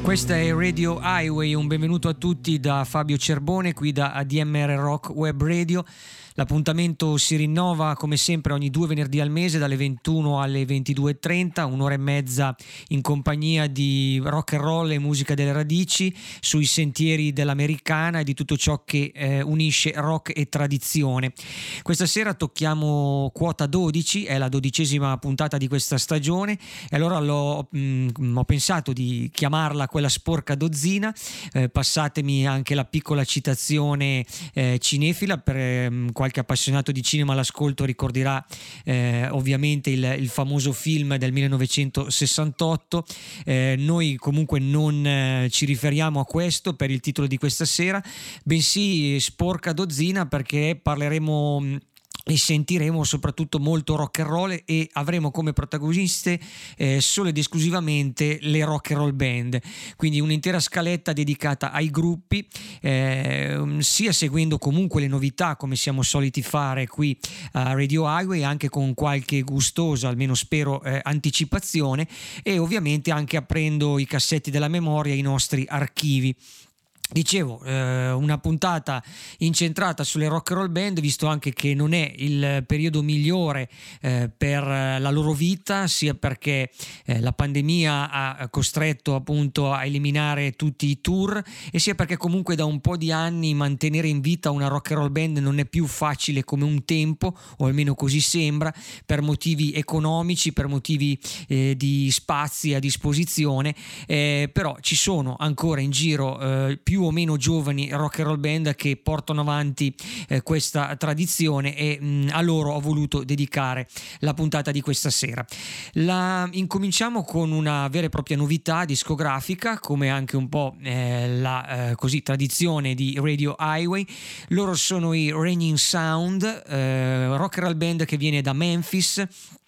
Questa è Radio Highway, un benvenuto a tutti da Fabio Cerbone, qui da ADMR Rock Web Radio. L'appuntamento si rinnova come sempre ogni 2 venerdì al mese dalle 21 alle 22.30, un'ora e mezza in compagnia di rock and roll e musica delle radici sui sentieri dell'americana e di tutto ciò che unisce rock e tradizione. Questa sera tocchiamo quota 12, è la 12ª puntata di questa stagione e allora ho pensato di chiamarla quella sporca dozzina, passatemi anche la piccola citazione cinefila per qualche appassionato di cinema all'ascolto ricorderà ovviamente il famoso film del 1968. Noi comunque non ci riferiamo a questo per il titolo di questa sera, bensì sporca dozzina perché parleremo e sentiremo soprattutto molto rock and roll e avremo come protagoniste solo ed esclusivamente le rock and roll band, quindi un'intera scaletta dedicata ai gruppi, sia seguendo comunque le novità come siamo soliti fare qui a Radio Highway, anche con qualche gustosa, almeno spero, anticipazione, e ovviamente anche aprendo i cassetti della memoria, i nostri archivi. Dicevo, una puntata incentrata sulle rock and roll band, visto anche che non è il periodo migliore per la loro vita, sia perché la pandemia ha costretto appunto a eliminare tutti i tour, e sia perché comunque da un po' di anni mantenere in vita una rock and roll band non è più facile come un tempo, o almeno così sembra, per motivi economici, per motivi di spazi a disposizione, però ci sono ancora in giro più o meno giovani rock and roll band che portano avanti questa tradizione, e a loro ho voluto dedicare la puntata di questa sera. La incominciamo con una vera e propria novità discografica, come anche un po' la così tradizione di Radio Highway. Loro sono i Raining Sound, rock and roll band che viene da Memphis.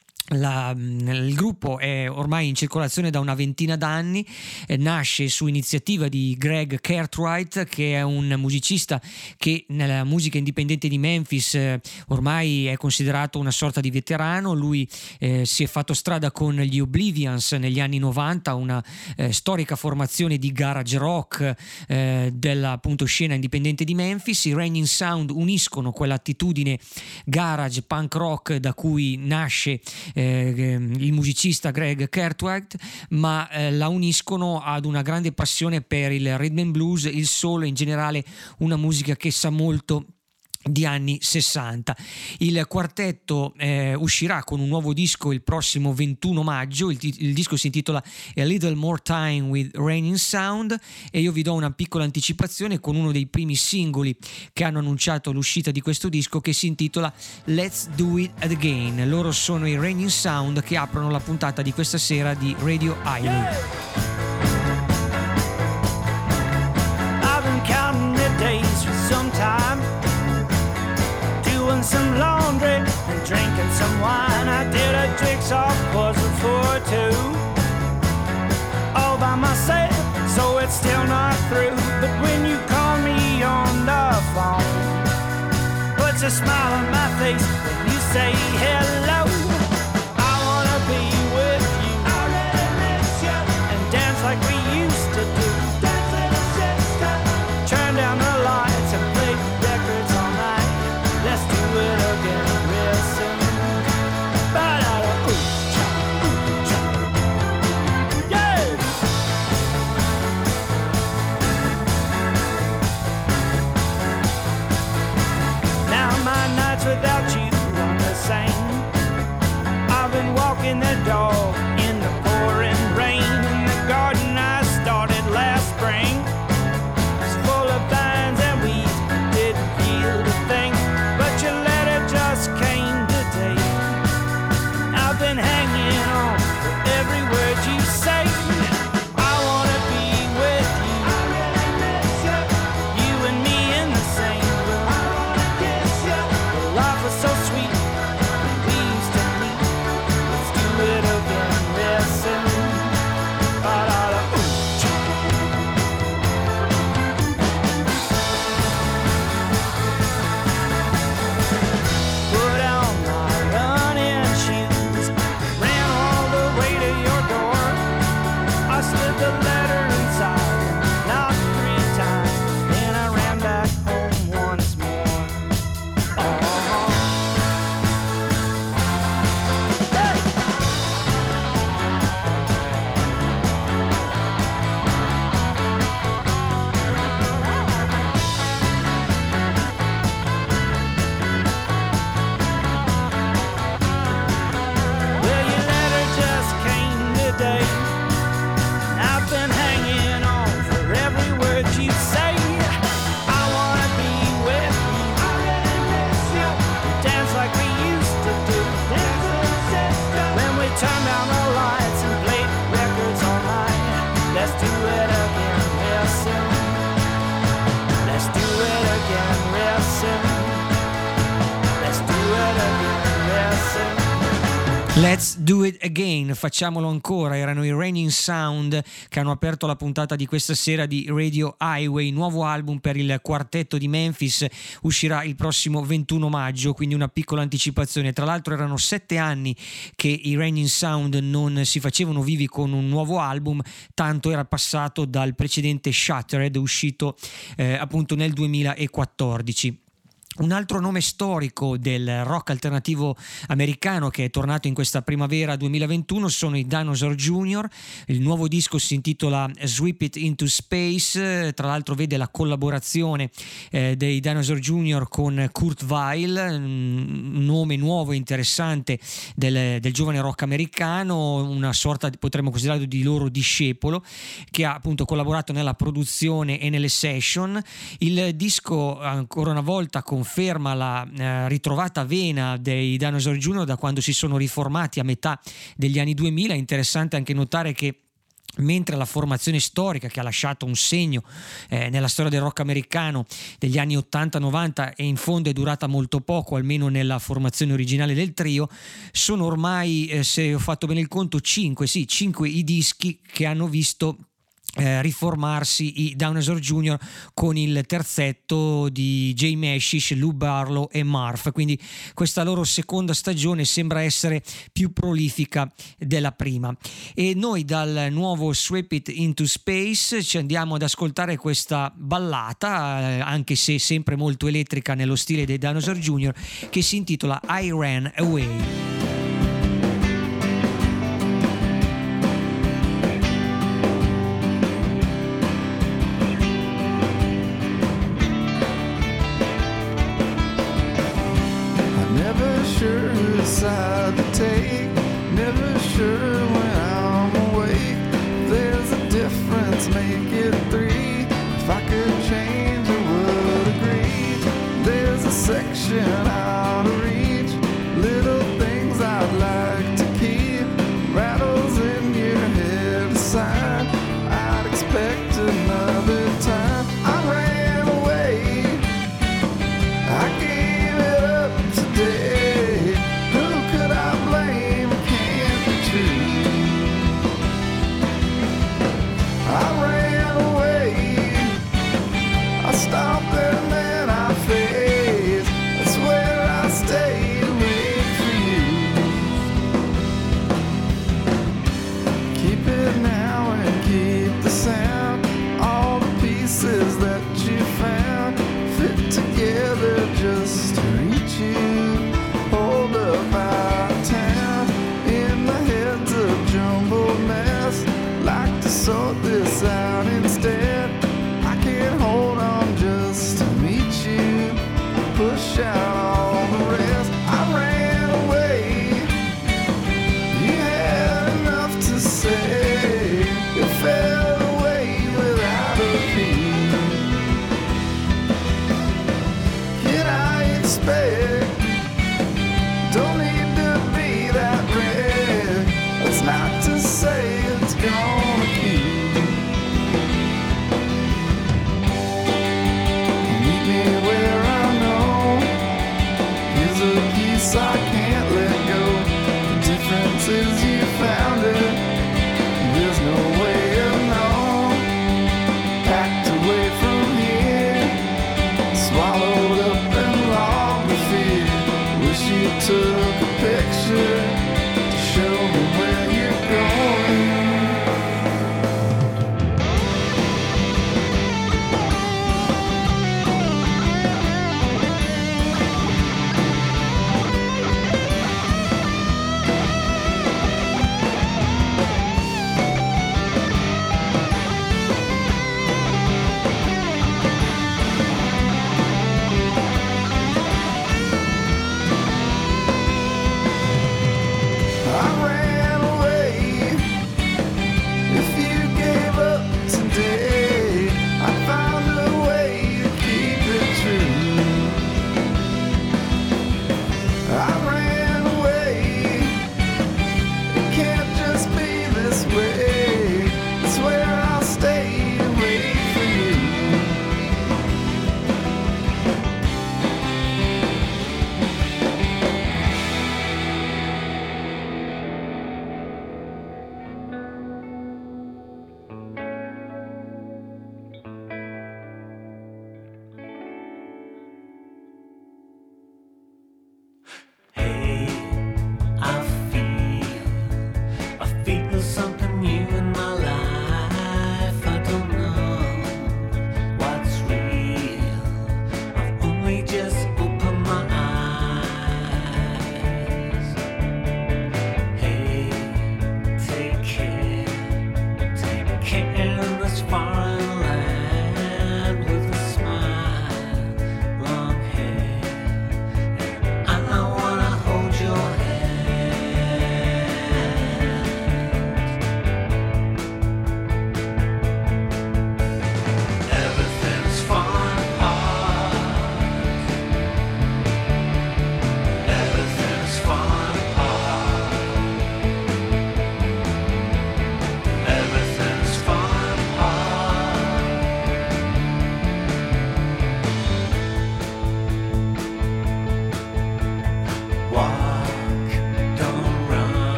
Il gruppo è ormai in circolazione da una ventina d'anni, nasce su iniziativa di Greg Cartwright, che è un musicista che nella musica indipendente di Memphis ormai è considerato una sorta di veterano. Lui si è fatto strada con gli Oblivions negli anni 90, una storica formazione di garage rock della appunto scena indipendente di Memphis. I Raining Sound uniscono quell'attitudine garage punk rock da cui nasce il musicista Greg Cartwright, ma la uniscono ad una grande passione per il rhythm and blues, il soul e in generale una musica che sa molto di anni 60. Il quartetto uscirà con un nuovo disco il prossimo 21 maggio. Il disco si intitola A Little More Time with Raining Sound, e io vi do una piccola anticipazione con uno dei primi singoli che hanno annunciato l'uscita di questo disco, che si intitola Let's Do It Again. Loro sono i Raining Sound che aprono la puntata di questa sera di Radio Highway. I've been counting the days for some time, doing some laundry and drinking some wine. I did a jigsaw puzzle for two, all by myself, so it's still not through. But when you call me on the phone, puts a smile on my face when you say hello. I wanna be with you, I really miss you, and dance like we used to do. Dance, little sister. Turn down the lights and play records all night. Let's do it again real soon. Ba-da-da, yeah! Now my nights without you aren't the same. I've been walking the dog in the pouring rain. In the garden I started last spring, it's full of vines and weeds, didn't yield a thing. But your letter just came today. I've been hanging on to every word you say. I wanna be with you, I really miss you. You and me in the same room, I wanna kiss you. Life was so sweet when we used to meet. Let's do it again Let's do it again real soon. Let's do it again real soon. Let's do it again real soon. Let's do it again, facciamolo ancora. Erano i Raining Sound che hanno aperto la puntata di questa sera di Radio Highway, nuovo album per il quartetto di Memphis, uscirà il prossimo 21 maggio, quindi una piccola anticipazione. Tra l'altro erano 7 anni che i Raining Sound non si facevano vivi con un nuovo album, tanto era passato dal precedente Shattered, uscito appunto nel 2014. Un altro nome storico del rock alternativo americano che è tornato in questa primavera 2021 sono i Dinosaur Jr. Il nuovo disco si intitola Sweep It Into Space, tra l'altro vede la collaborazione dei Dinosaur Jr. con Kurt Weill, un nome nuovo e interessante del giovane rock americano, una sorta, potremmo considerarlo, di loro discepolo, che ha appunto collaborato nella produzione e nelle session. Il disco ancora una volta conferma la ritrovata vena dei Dinosaur Jr. da quando si sono riformati a metà degli anni 2000. È interessante anche notare che mentre la formazione storica che ha lasciato un segno nella storia del rock americano degli anni 80-90 e in fondo è durata molto poco, almeno nella formazione originale del trio, sono ormai, se ho fatto bene il conto, 5 i dischi che hanno visto riformarsi i Dinosaur Jr. con il terzetto di Jay Meshish, Lou Barlow e Marv, quindi questa loro seconda stagione sembra essere più prolifica della prima. E noi dal nuovo Sweep It Into Space ci andiamo ad ascoltare questa ballata, anche se sempre molto elettrica nello stile dei Dinosaur Jr., che si intitola I Ran Away. Side to take, never sure when I'm awake. There's a difference, make it 3. If I could change, I would agree. There's a section out of reach, little things I'd like to keep. Rattles in your head aside, I'd expect another time. I ran away, I gave it up today. I ran away, I stopped and then I faced. That's where I stayed away for you. Keep it now and keep the sound. All the pieces that you found fit together just to reach you. Hold up out of town, in my head's a jumbled mess. Like to sort this out instead. I can't hold on just to meet you. Push out all the rest. I ran away. You had enough to say. You fell away without a peep. Can I expect? Don't need to be that red. That's not to say it's gonna keep.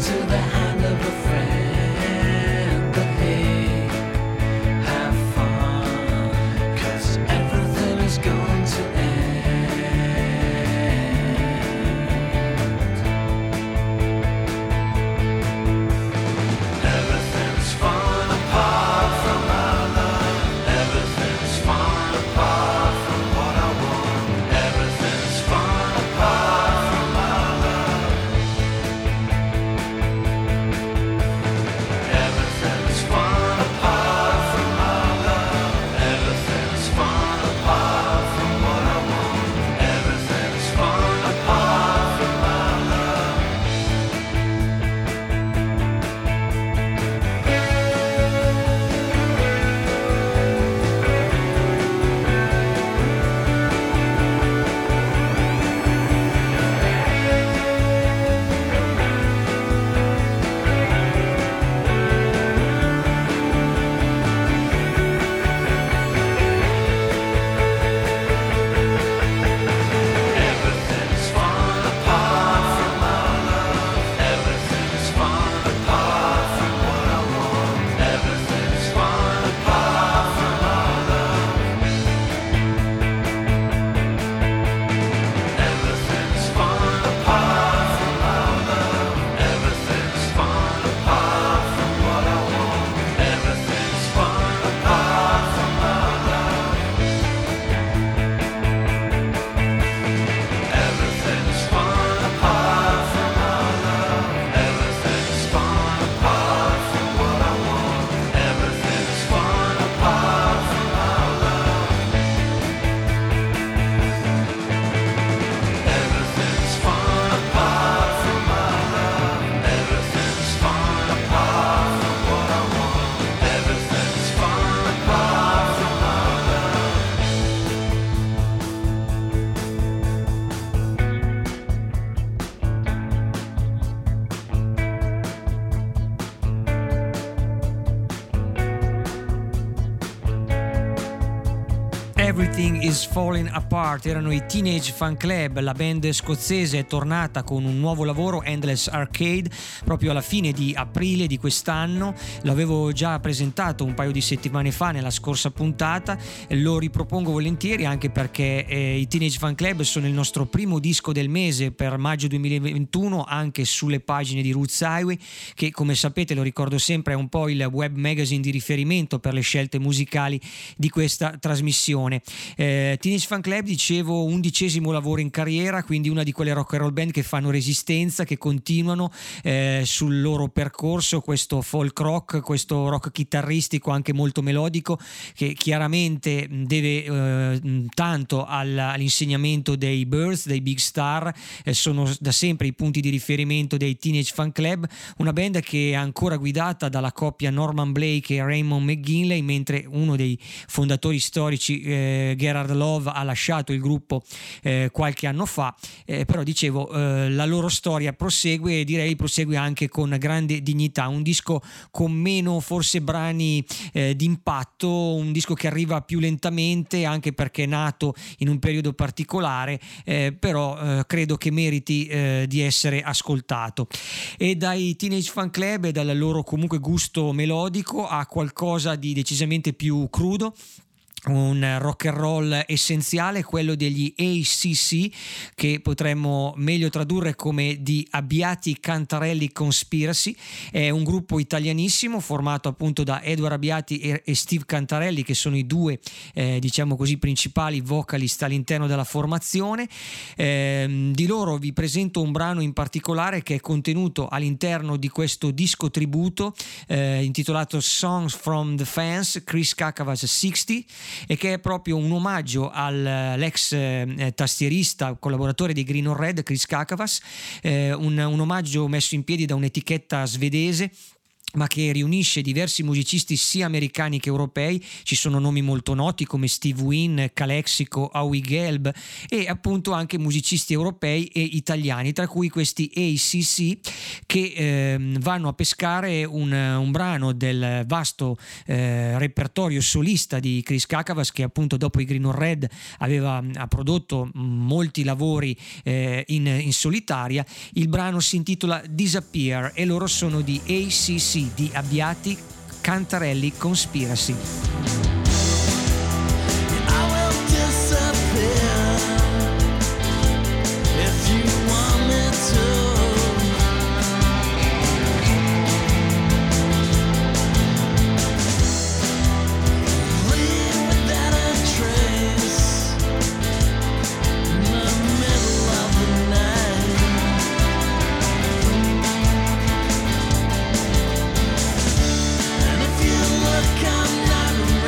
Everything is Falling Apart erano i Teenage Fan Club. La band scozzese è tornata con un nuovo lavoro, Endless Arcade, proprio alla fine di aprile di quest'anno. L'avevo già presentato un paio di settimane fa nella scorsa puntata, lo ripropongo volentieri anche perché i Teenage Fan Club sono il nostro primo disco del mese per maggio 2021 anche sulle pagine di Roots Highway, che come sapete, lo ricordo sempre, è un po' il web magazine di riferimento per le scelte musicali di questa trasmissione. Teenage Fan Club, dicevo, 11° lavoro in carriera, quindi una di quelle rock and roll band che fanno resistenza, che continuano sul loro percorso, questo folk rock, questo rock chitarristico anche molto melodico, che chiaramente deve tanto all'insegnamento dei Birds, dei Big Star, sono da sempre i punti di riferimento dei Teenage Fan Club, una band che è ancora guidata dalla coppia Norman Blake e Raymond McGinley, mentre uno dei fondatori storici Gerard Love ha lasciato il gruppo qualche anno fa, però dicevo la loro storia prosegue, e direi prosegue anche con grande dignità. Un disco con meno forse brani d'impatto, un disco che arriva più lentamente anche perché è nato in un periodo particolare, però credo che meriti di essere ascoltato. E dai Teenage Fan Club e dal loro comunque gusto melodico a qualcosa di decisamente più crudo, un rock and roll essenziale, quello degli ACC, che potremmo meglio tradurre come di Abbiati Cantarelli Conspiracy. È un gruppo italianissimo formato appunto da Edward Abbiati e Steve Cantarelli, che sono i due diciamo così principali vocalist all'interno della formazione. Di loro vi presento un brano in particolare che è contenuto all'interno di questo disco tributo intitolato Songs from the Fans Chris Kakavas 60, e che è proprio un omaggio all'ex tastierista, collaboratore dei Green or Red, Chris Kakavas, un omaggio messo in piedi da un'etichetta svedese ma che riunisce diversi musicisti sia americani che europei. Ci sono nomi molto noti come Steve Wynn, Calexico, Howie Gelb e appunto anche musicisti europei e italiani, tra cui questi ACC che vanno a pescare un brano del vasto repertorio solista di Chris Kakavas, che appunto dopo i Green or Red ha prodotto molti lavori in solitaria. Il brano si intitola Disappear e loro sono di ACC, di Abbiati Cantarelli Conspiracy. I'm not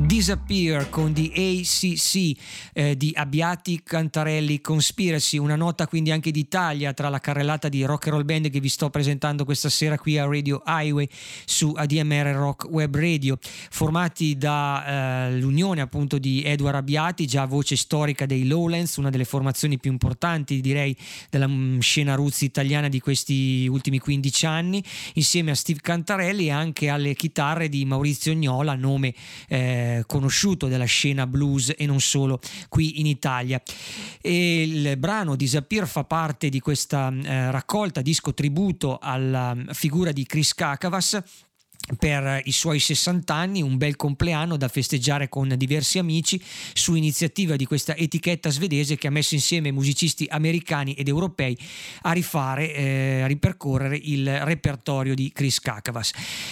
Disappear con The ACC di Abbiati Cantarelli Conspiracy, una nota quindi anche d'Italia tra la carrellata di rock and roll band che vi sto presentando questa sera qui a Radio Highway su ADMR Rock Web Radio, formati da l'unione appunto di Edward Abbiati, già voce storica dei Lowlands, una delle formazioni più importanti direi della scena roots italiana di questi ultimi 15 anni, insieme a Steve Cantarelli e anche alle chitarre di Maurizio Gnola, nome conosciuto della scena blues e non solo qui in Italia. E il brano Disappear fa parte di questa raccolta disco tributo alla figura di Chris Kakavas per i suoi 60 anni, un bel compleanno da festeggiare con diversi amici su iniziativa di questa etichetta svedese che ha messo insieme musicisti americani ed europei a ripercorrere il repertorio di Chris Kakavas.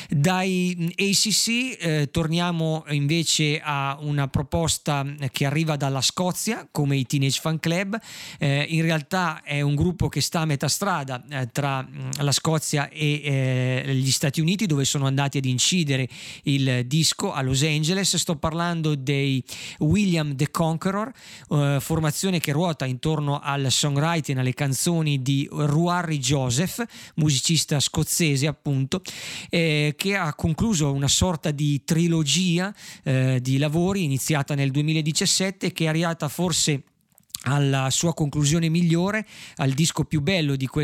Dai ACC torniamo invece a una proposta che arriva dalla Scozia come i Teenage Fan Club. In realtà è un gruppo che sta a metà strada tra la Scozia e gli Stati Uniti, dove sono andati ad incidere il disco a Los Angeles. Sto parlando dei William the Conqueror, formazione che ruota intorno al songwriting, alle canzoni di Ruari Joseph, musicista scozzese appunto, che ha concluso una sorta di trilogia di lavori iniziata nel 2017, che è arrivata forse alla sua conclusione migliore, al disco più bello di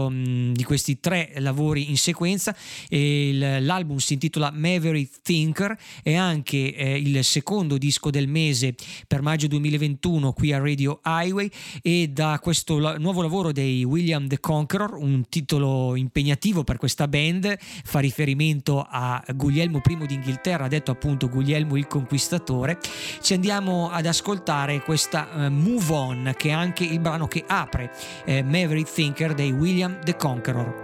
questi 3 lavori in sequenza. L'album si intitola Maverick Thinker, è anche il secondo disco del mese per maggio 2021 qui a Radio Highway, e da questo nuovo lavoro dei William the Conqueror, un titolo impegnativo per questa band, fa riferimento a Guglielmo I d'Inghilterra, detto appunto Guglielmo il Conquistatore. Ci andiamo ad ascoltare questa Move On, che è anche il brano che apre Maverick Thinker dei William the Conqueror.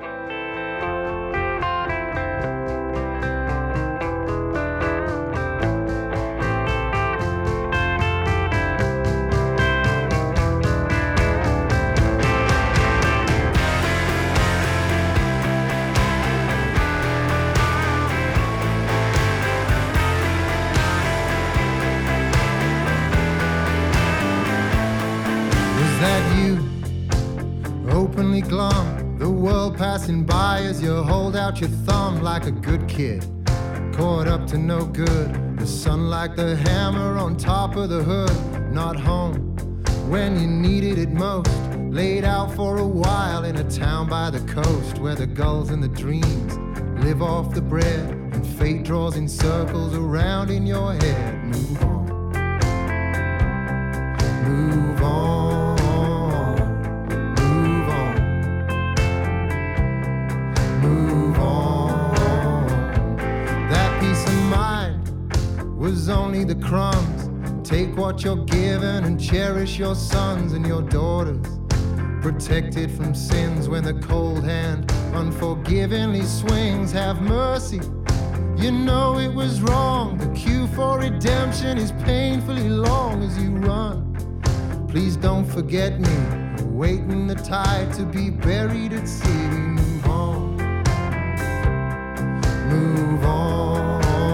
Openly glum, the world passing by as you hold out your thumb like a good kid, caught up to no good. The sun like the hammer on top of the hood, not home when you needed it most. Laid out for a while in a town by the coast, where the gulls and the dreams live off the bread, and fate draws in circles around in your head. Move on, move on. Was only the crumbs. Take what you're given and cherish your sons and your daughters, protected from sins when the cold hand unforgivingly swings. Have mercy, you know it was wrong. The queue for redemption is painfully long as you run. Please don't forget me, awaiting the tide to be buried at sea. We move on, move on.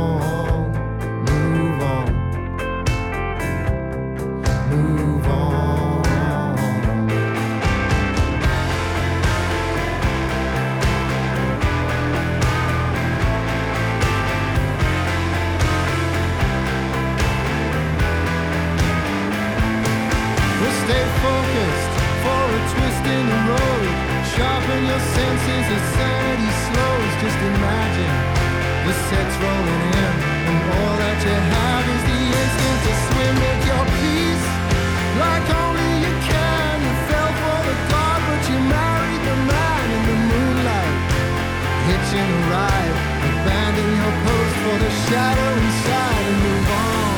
Sharpen your senses as sanity slows. Just imagine the sets rolling in, and all that you have is the instinct to swim. Make your peace like only you can. You fell for the god, but you married the man in the moonlight, hitching a ride. Abandon your post for the shadow inside and move on,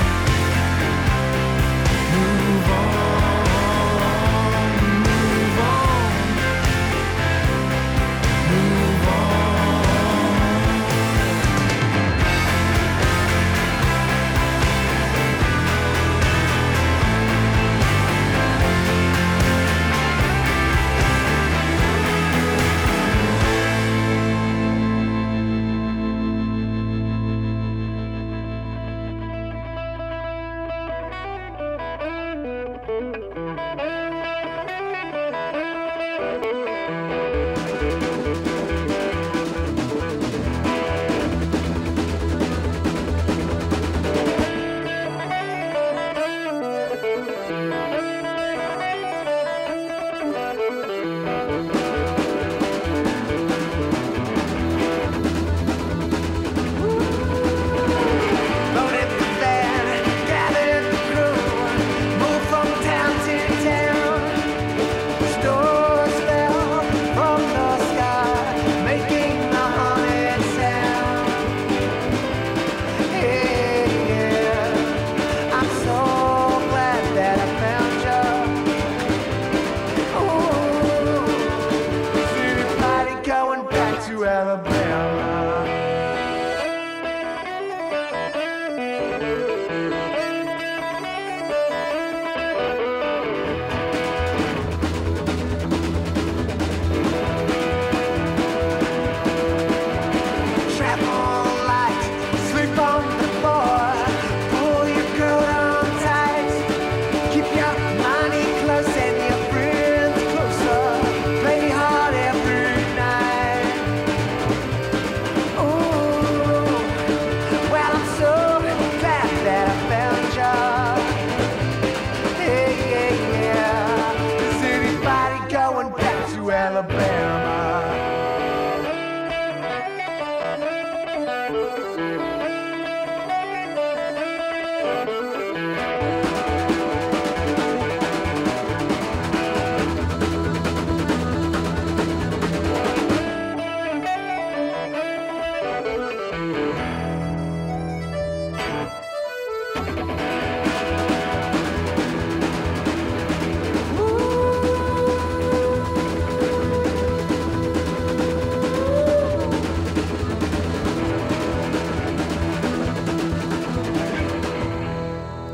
move on.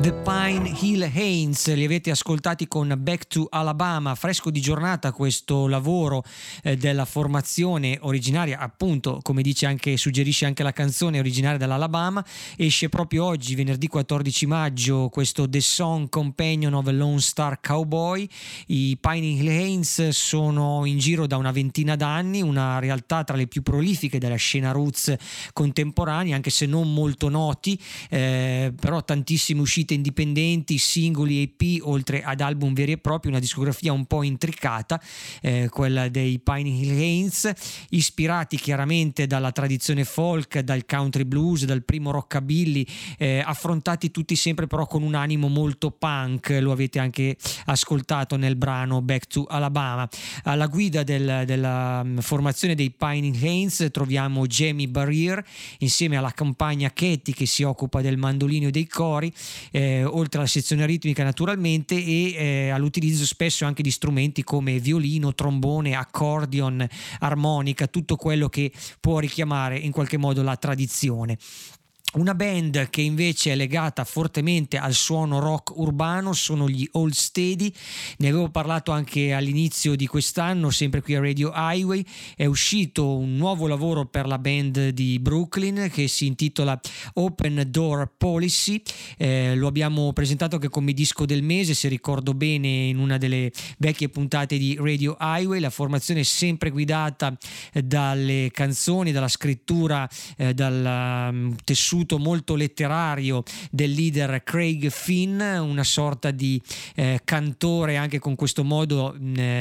The Pine Hill Haynes, li avete ascoltati con Back to Alabama, fresco di giornata questo lavoro della formazione originaria, appunto come dice anche, suggerisce anche la canzone, originaria dall'Alabama. Esce proprio oggi, venerdì 14 maggio, questo The Song Companion of a Lone Star Cowboy. I Pine Hill Haynes sono in giro da una ventina d'anni, una realtà tra le più prolifiche della scena roots contemporanea, anche se non molto noti, però tantissime uscite indipendenti, singoli, EP, oltre ad album veri e propri, una discografia un po' intricata, quella dei Pine Hill Haynes, ispirati chiaramente dalla tradizione folk, dal country blues, dal primo rockabilly, affrontati tutti sempre però con un animo molto punk. Lo avete anche ascoltato nel brano Back to Alabama. Alla guida della formazione dei Pine Hill Haynes troviamo Jamie Barrier insieme alla compagna Katie, che si occupa del mandolino e dei cori, oltre alla sezione ritmica naturalmente, e all'utilizzo spesso anche di strumenti come violino, trombone, accordion, armonica, tutto quello che può richiamare in qualche modo la tradizione. Una band che invece è legata fortemente al suono rock urbano sono gli Old Steady. Ne avevo parlato anche all'inizio di quest'anno, sempre qui a Radio Highway. È uscito un nuovo lavoro per la band di Brooklyn che si intitola Open Door Policy. Lo abbiamo presentato anche come disco del mese, se ricordo bene, in una delle vecchie puntate di Radio Highway. La formazione è sempre guidata dalle canzoni, dalla scrittura, dal tessuto molto letterario del leader Craig Finn, una sorta di cantore anche con questo modo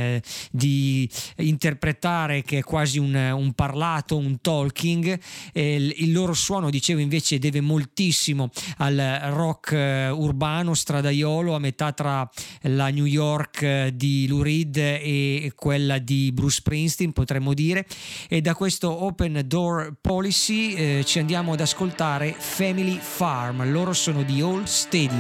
di interpretare che è quasi un parlato, un talking. Il loro suono, dicevo, invece deve moltissimo al rock urbano stradaiolo, a metà tra la New York di Lou Reed e quella di Bruce Springsteen, potremmo dire. E da questo Open Door Policy ci andiamo ad ascoltare Family Farm. Loro sono di Old Steady.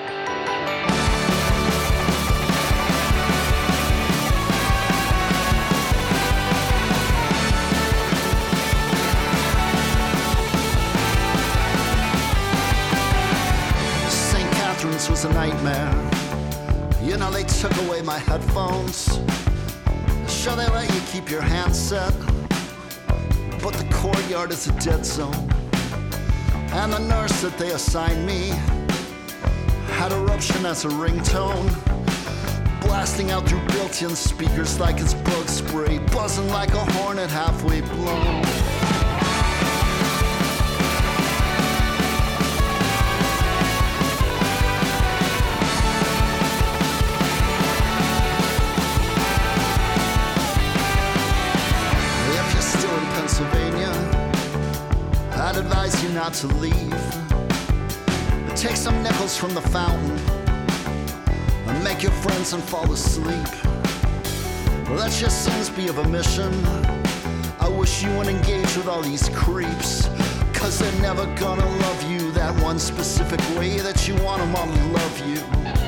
St. Catherine's was a nightmare. You know, they took away my headphones. Sure, they let you keep your handset, but the courtyard is a dead zone. And the nurse that they assigned me had eruption as a ringtone, blasting out through built-in speakers like it's bug spray, buzzing like a hornet halfway blown. If you're still in Pennsylvania, I'd advise you not to leave. Take some nickels from the fountain and make your friends and fall asleep. Let your sins be of omission. I wish you wouldn't engage with all these creeps, 'cause they're never gonna love you that one specific way that you want them all to love you.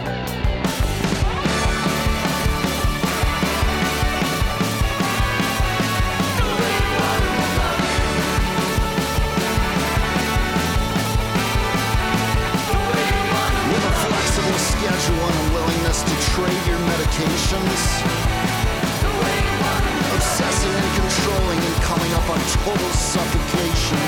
Schedule and a willingness to trade your medications, obsessing and controlling and coming up on total suffocation.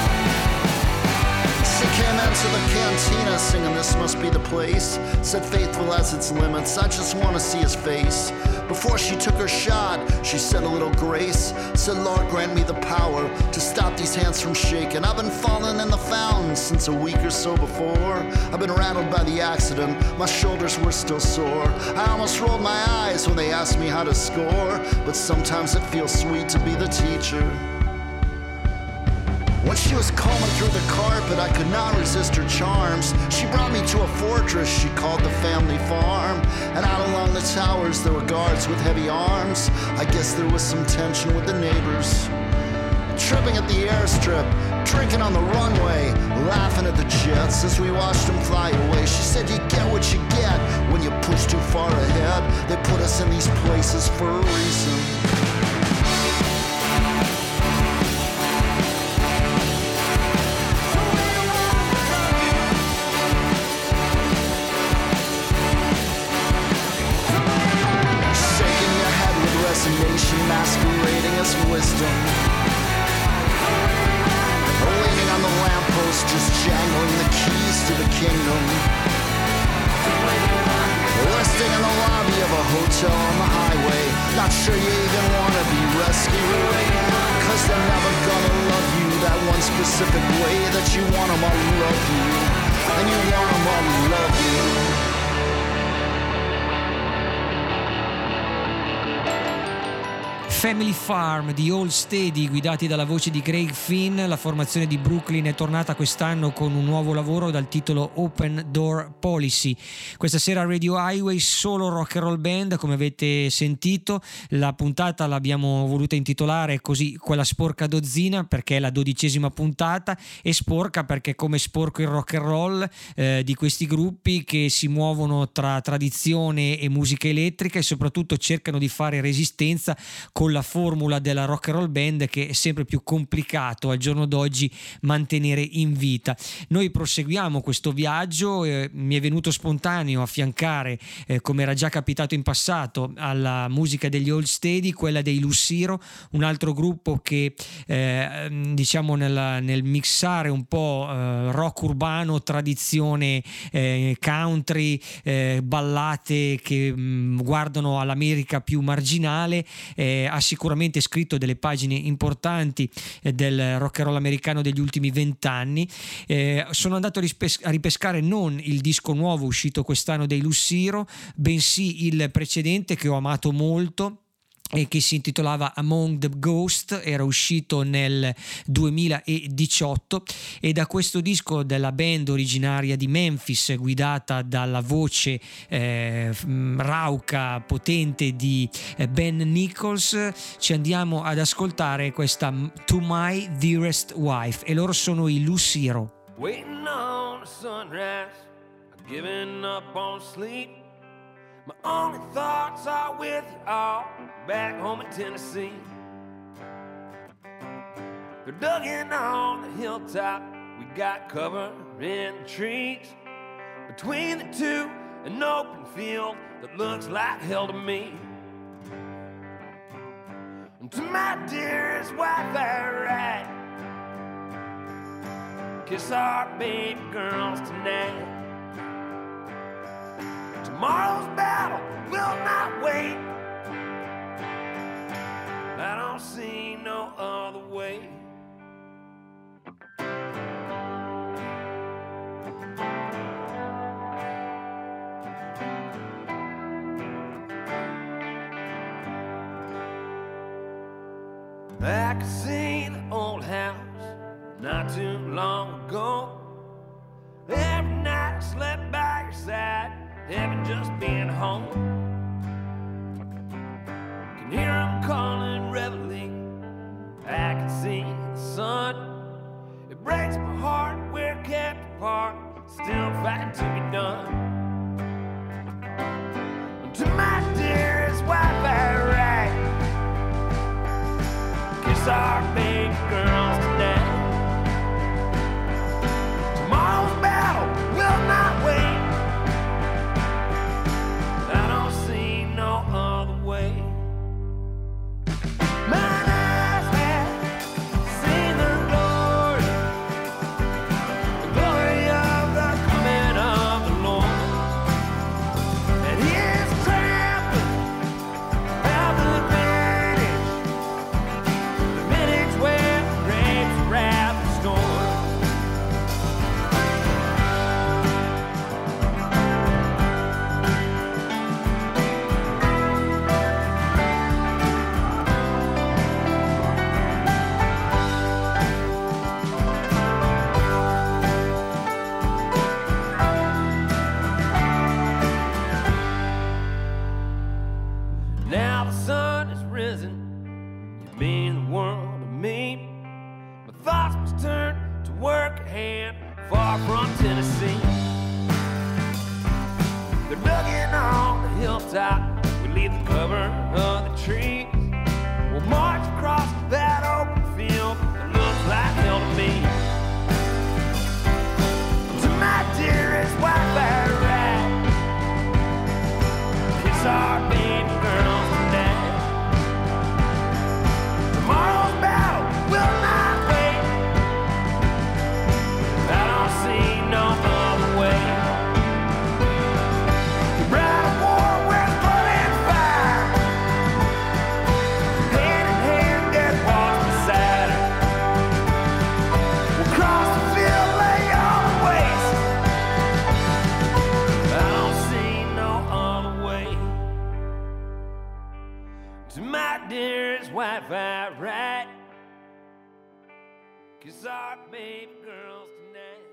She came into the cantina singing "This Must Be the Place," said faithful as its limits, I just want to see his face. Before she took her shot, she said a little grace, said, Lord, grant me the power to stop these hands from shaking. I've been falling in the fountain since a week or so before. I've been rattled by the accident, my shoulders were still sore. I almost rolled my eyes when they asked me how to score, but sometimes it feels sweet to be the teacher. When she was combing through the carpet, I could not resist her charms. She brought me to a fortress she called the family farm. And out along the towers there were guards with heavy arms. I guess there was some tension with the neighbors. Tripping at the airstrip, drinking on the runway, laughing at the jets as we watched them fly away. She said, you get what you get when you push too far ahead. They put us in these places for a reason. kingdom. Resting in the lobby of a hotel on the highway, not sure you even want to be rescued, cause they're never gonna love you that one specific way that you want them all to love you, and you want them all to love you. Family Farm di Hold Steady, guidati dalla voce di Craig Finn. La formazione di Brooklyn è tornata quest'anno con un nuovo lavoro dal titolo Open Door Policy. Questa sera a Radio Highway solo rock and roll band, come avete sentito. La puntata l'abbiamo voluta intitolare così, quella sporca dozzina, perché è la 12ª puntata, e sporca perché come sporco il rock and roll di questi gruppi che si muovono tra tradizione e musica elettrica e soprattutto cercano di fare resistenza con la formula della rock and roll band, che è sempre più complicato al giorno d'oggi mantenere in vita. Noi proseguiamo questo viaggio, mi è venuto spontaneo affiancare, come era già capitato in passato, alla musica degli Hold Steady quella dei Lucero, un altro gruppo che diciamo nel mixare un po' rock urbano, tradizione country, ballate che guardano all'America più marginale, ha sicuramente scritto delle pagine importanti del rock and roll americano degli ultimi 20 anni. Sono andato a ripescare non il disco nuovo uscito quest'anno dei Lucero, bensì il precedente che ho amato molto e che si intitolava Among the Ghosts, era uscito nel 2018, e da questo disco della band originaria di Memphis, guidata dalla voce rauca, potente di Ben Nichols, ci andiamo ad ascoltare questa To My Dearest Wife, e loro sono i Lucero. Waiting on the sunrise, I've given up on sleep. My only thoughts are with you all back home in Tennessee. They're dug in on the hilltop, we got cover in the trees. Between the two, an open field that looks like hell to me. And to my dearest wife I write, kiss our baby girls tonight. Tomorrow's battle will not wait. I don't see no other way. I can see the old house not too long ago. Every night I slept by your side, heaven just being home. Can hear them calling, reveling. I can see the sun. It breaks my heart, we're kept apart, still fighting to be done. And to my dearest wife I write, kiss our baby girls tonight. Tomorrow's battle will not wait. No Wi-Fi right, 'cause our baby girls tonight.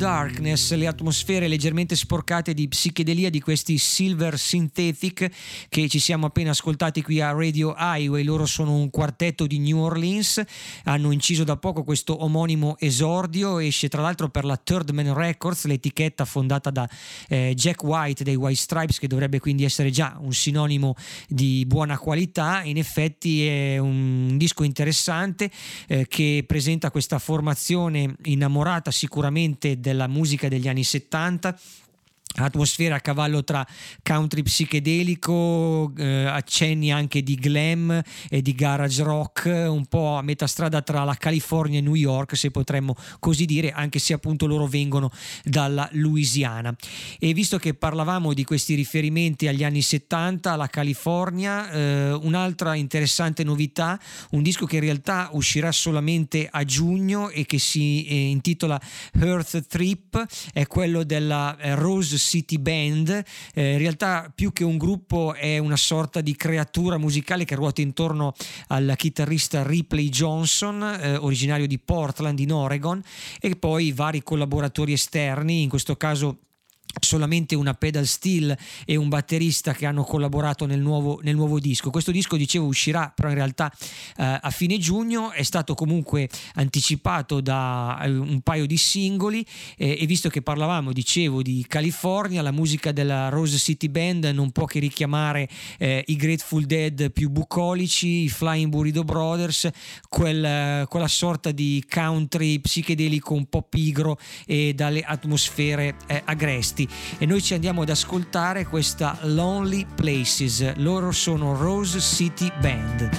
Darkness, le atmosfere leggermente sporcate di psichedelia di questi Silver Synthetic che ci siamo appena ascoltati qui a Radio Highway. Loro sono un quartetto di New Orleans, hanno inciso da poco questo omonimo esordio, esce tra l'altro per la Third Man Records, l'etichetta fondata da Jack White dei White Stripes, che dovrebbe quindi essere già un sinonimo di buona qualità. In effetti è un disco interessante che presenta questa formazione innamorata sicuramente della musica degli anni 70, atmosfera a cavallo tra country psichedelico, accenni anche di glam e di garage rock, un po' a metà strada tra la California e New York, se potremmo così dire, anche se appunto loro vengono dalla Louisiana. E visto che parlavamo di questi riferimenti agli anni 70, alla California, un'altra interessante novità, un disco che in realtà uscirà solamente a giugno e che si intitola Earth Trip, è quello della Rose City Band. In realtà più che un gruppo è una sorta di creatura musicale che ruota intorno al chitarrista Ripley Johnson, originario di Portland in Oregon, e poi vari collaboratori esterni, in questo caso solamente una pedal steel e un batterista che hanno collaborato nel nuovo disco. Questo disco, dicevo, uscirà però in realtà a fine giugno, è stato comunque anticipato da un paio di singoli e visto che parlavamo, dicevo, di California, la musica della Rose City Band non può che richiamare i Grateful Dead più bucolici, i Flying Burrito Brothers, quella sorta di country psichedelico un po' pigro e dalle atmosfere agresti. E noi ci andiamo ad ascoltare questa Lonely Places. Loro sono Rose City Band.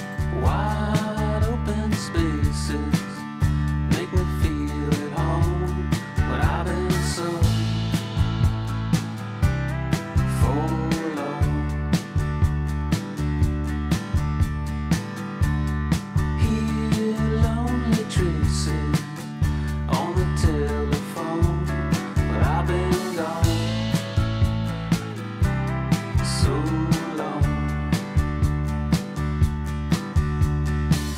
Wide open spaces make me feel at home when I've been so forlorn. Hear lonely traces on the telephone, but I've been gone so long.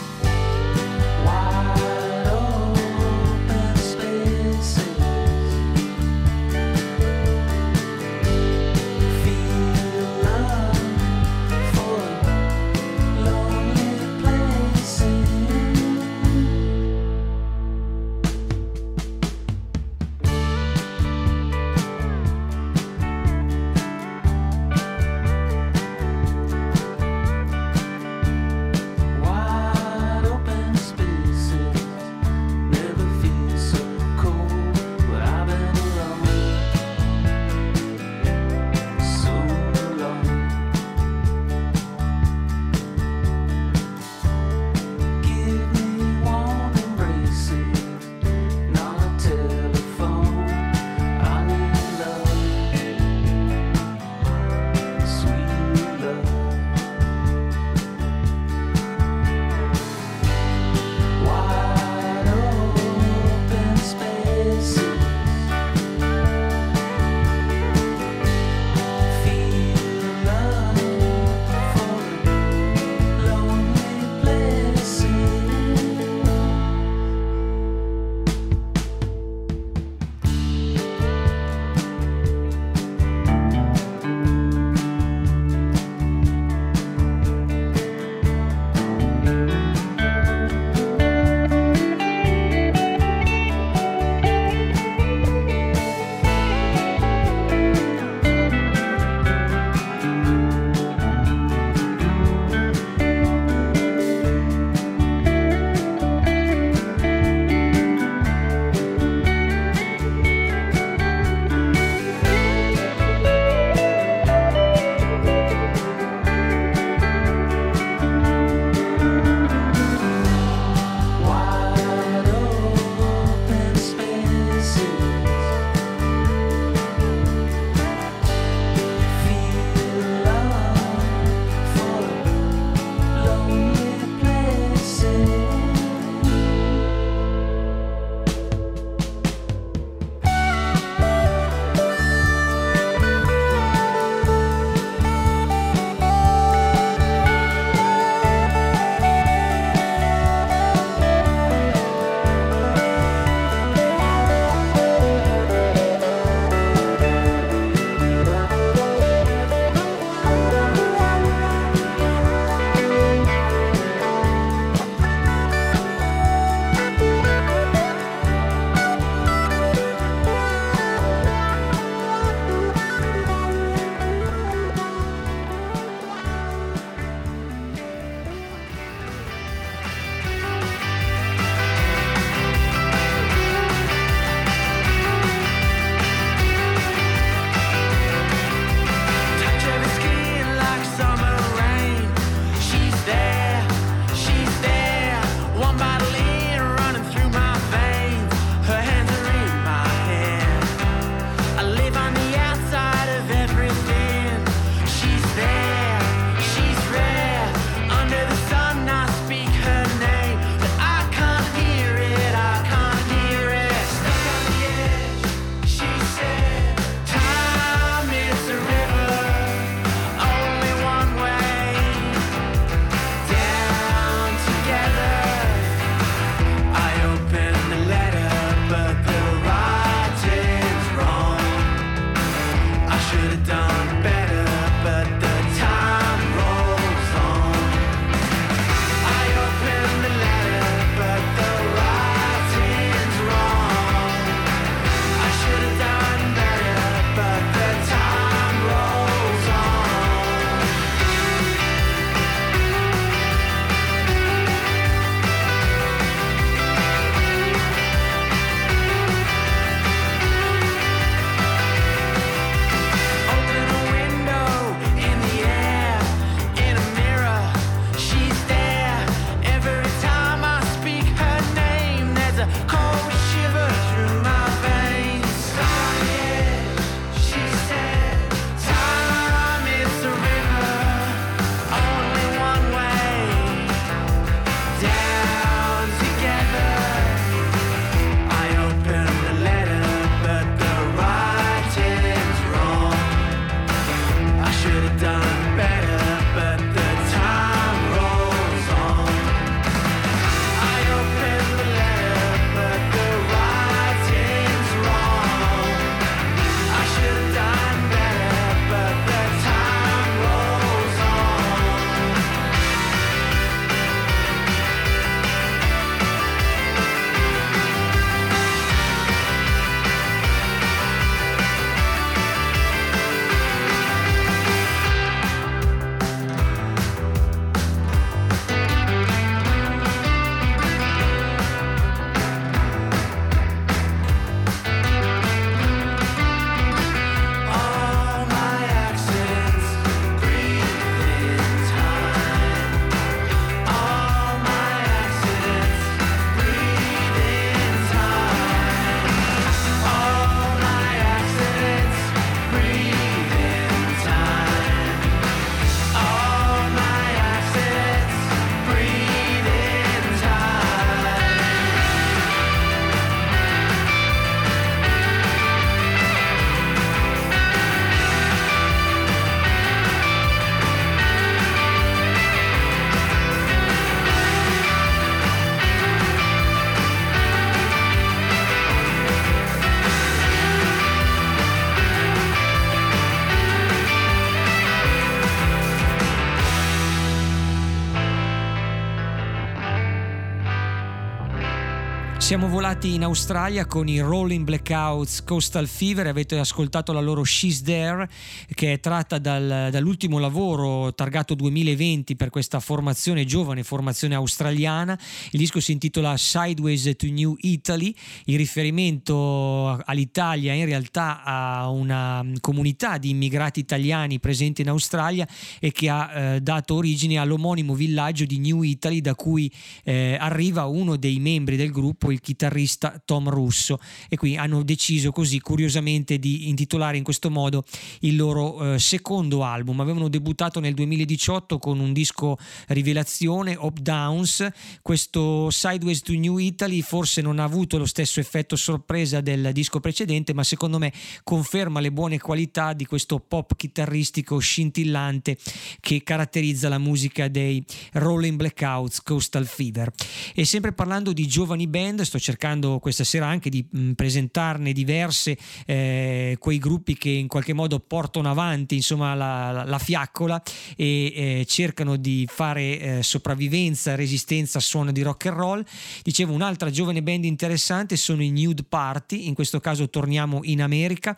Siamo volati in Australia con i Rolling Blackouts Coastal Fever. Avete ascoltato la loro She's There, che è tratta dall'ultimo lavoro targato 2020 per questa formazione giovane, formazione australiana. Il disco si intitola Sideways to New Italy. Il riferimento all'Italia in realtà a una comunità di immigrati italiani presenti in Australia e che ha dato origine all'omonimo villaggio di New Italy, da cui arriva uno dei membri del gruppo, il chitarrista Tom Russo, e qui hanno deciso così curiosamente di intitolare in questo modo il loro secondo album. Avevano debuttato nel 2018 con un disco rivelazione, Up Downs. Questo Sideways to New Italy forse non ha avuto lo stesso effetto sorpresa del disco precedente, ma secondo me conferma le buone qualità di questo pop chitarristico scintillante che caratterizza la musica dei Rolling Blackouts Coastal Fever. E sempre parlando di giovani band, sto cercando questa sera anche di presentarne diverse, quei gruppi che in qualche modo portano avanti insomma la fiaccola e cercano di fare sopravvivenza, resistenza a suono di rock and roll. Dicevo, un'altra giovane band interessante sono i Nude Party. In questo caso torniamo in America,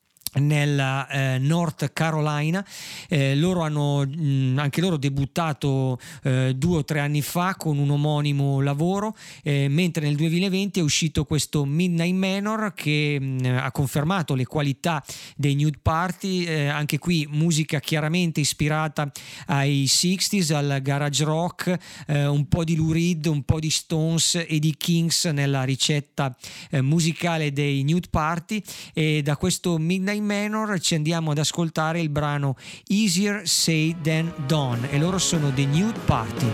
nella North Carolina. Loro hanno anche loro debuttato 2 o 3 anni fa con un omonimo lavoro, mentre nel 2020 è uscito questo Midnight Manor che ha confermato le qualità dei Nude Party. Anche qui musica chiaramente ispirata ai 60s, al garage rock, un po' di Lou Reed, un po' di Stones e di Kings nella ricetta musicale dei Nude Party. E da questo Midnight Manor ci andiamo ad ascoltare il brano Easier Said Than Done, e loro sono The Nude Party.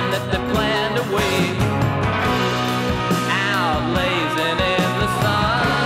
Out blazing in the sun.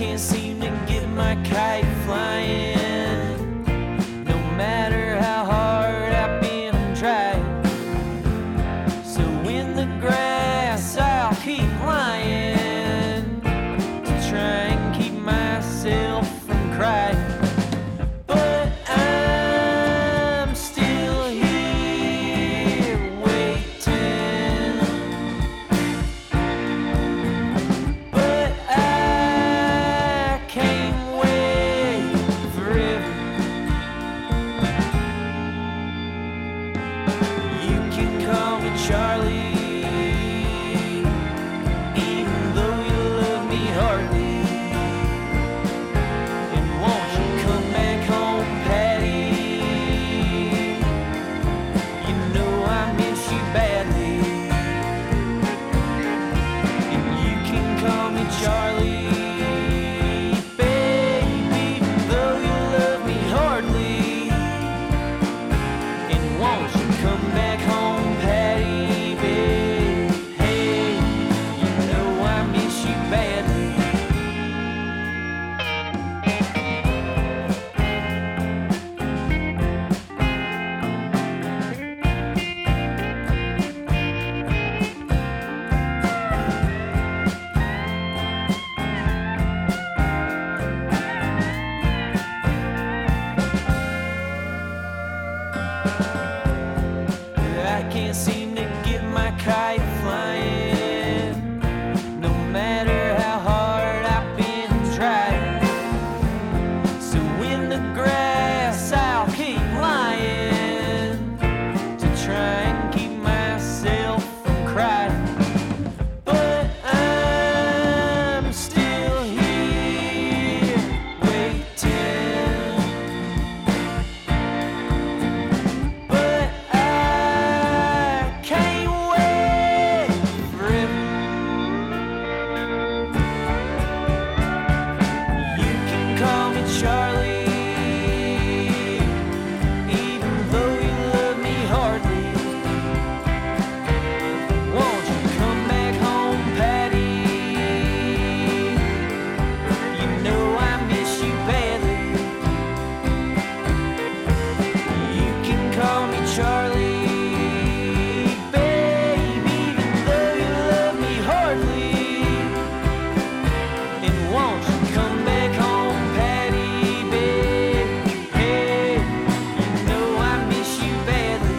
can't seem to get my kite flying, no matter how hard I've been trying. So in the grass I'll keep lying to try and keep myself from crying. But I'm still here waiting. But I can't wait forever. You can call me Charlie, even though you love me hardly. And won't you come back home, Patty? You know I miss you badly. And you can call me Charlie, baby, even though you love me hardly. And won't you come back home, Patty, babe? Hey, you know I miss you badly. I can't seem to get my kite flying, no matter how hard I've been trying. So in the grass I'll keep lying to try and keep myself from crying. But I'm still here waiting. But I can't wait forever. You can call me Charlie, even though you love me hardly. Won't you come back home, Patty? You know I miss you badly. You can call me Charlie, baby, even though you love me hardly. And won't you come back home, Patty, babe? Hey, you know I miss you badly.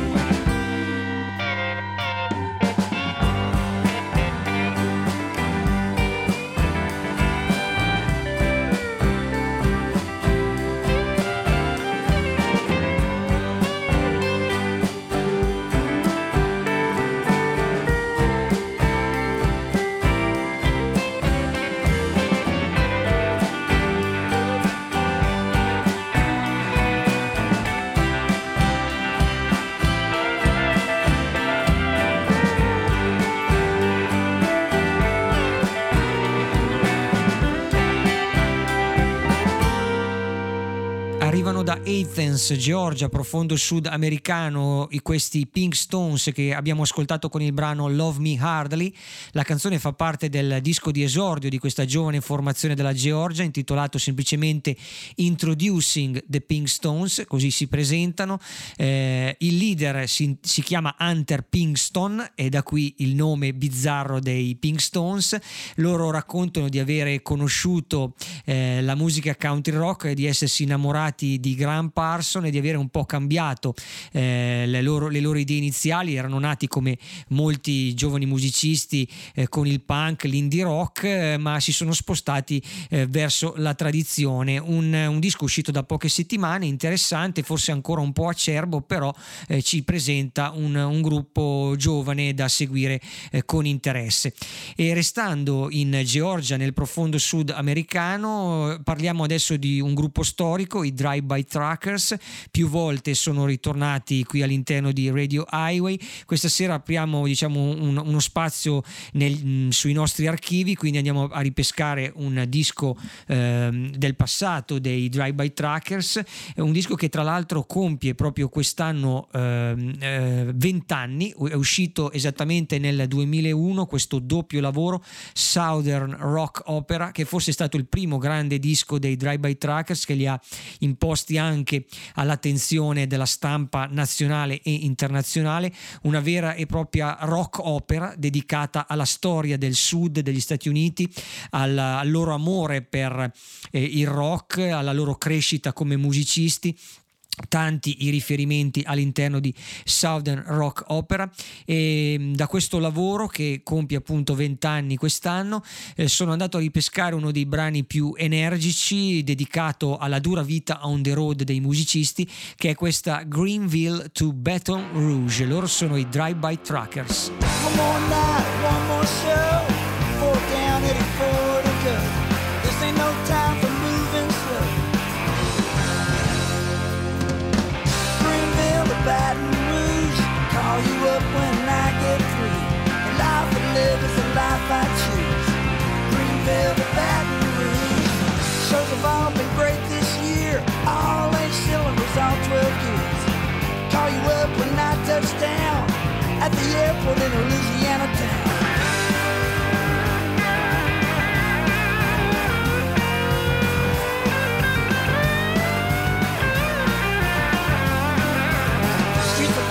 Arrivano da Athens, Georgia, profondo sud americano, questi Pink Stones che abbiamo ascoltato con il brano Love Me Hardly. La canzone fa parte del disco di esordio di questa giovane formazione della Georgia, intitolato semplicemente Introducing the Pink Stones, così si presentano. Il leader si chiama Hunter Pinkston e da qui il nome bizzarro dei Pink Stones. Loro raccontano di avere conosciuto la musica country rock e di essersi innamorati di Graham Parsons e di avere un po' cambiato le loro idee iniziali. Erano nati come molti giovani musicisti con il punk, l'indie rock, ma si sono spostati verso la tradizione. Un disco uscito da poche settimane, interessante, forse ancora un po' acerbo, però ci presenta un gruppo giovane da seguire con interesse. E restando in Georgia, nel profondo sud americano, parliamo adesso di un gruppo storico, i Drive-By Truck, Truckers, più volte sono ritornati qui all'interno di Radio Highway. Questa sera apriamo, diciamo, uno spazio sui nostri archivi, quindi andiamo a ripescare un disco del passato dei Drive-By Truckers, un disco che tra l'altro compie proprio quest'anno 20 anni, è uscito esattamente nel 2001 questo doppio lavoro, Southern Rock Opera, che forse è stato il primo grande disco dei Drive-By Truckers, che li ha imposti anche all'attenzione della stampa nazionale e internazionale, una vera e propria rock opera dedicata alla storia del sud degli Stati Uniti, al loro amore per il rock, alla loro crescita come musicisti. Tanti i riferimenti all'interno di Southern Rock Opera, e da questo lavoro, che compie appunto 20 anni quest'anno, sono andato a ripescare uno dei brani più energici dedicato alla dura vita on the road dei musicisti, che è questa Greenville to Baton Rouge. Loro sono i Drive-By Truckers. One more night, one more show, 4 down, 84 to go. This ain't no time for moving slow. Greenville to Baton Rouge, call you up when I get through. The life I live is the life I choose. Greenville to Baton Rouge. Shows have all been great this year, all 8 cylinders, all 12 gears. Call you up when I touch down at the airport in a Louisiana town. Streets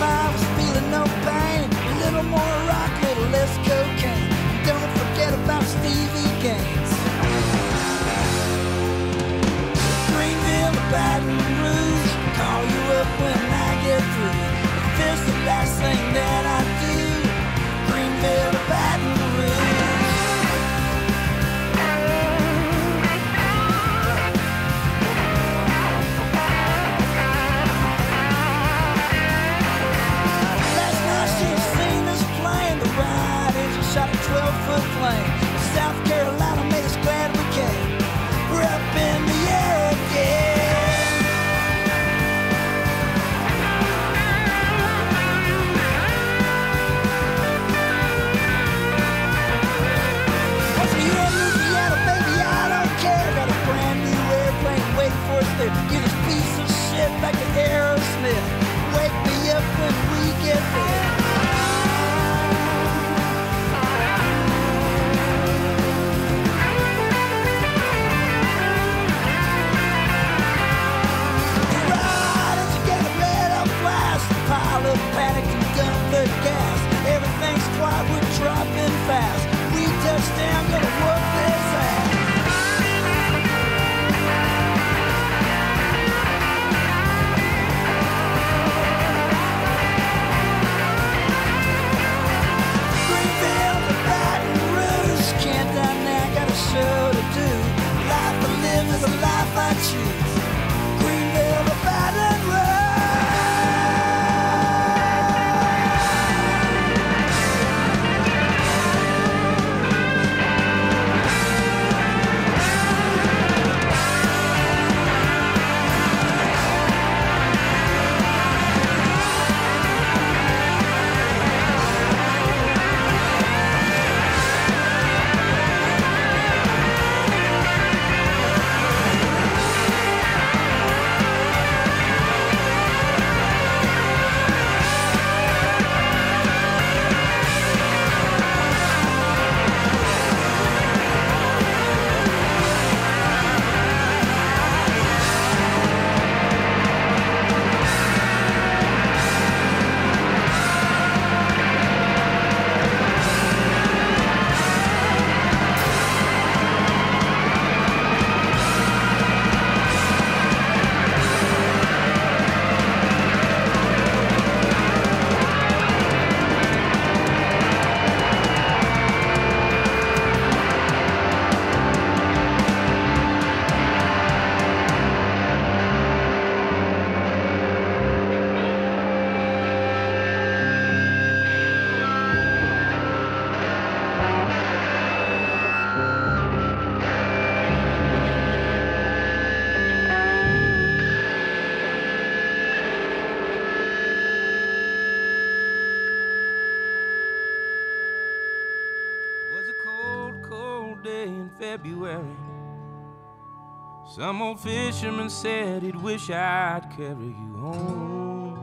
February. Some old fisherman said he'd wish I'd carry you home.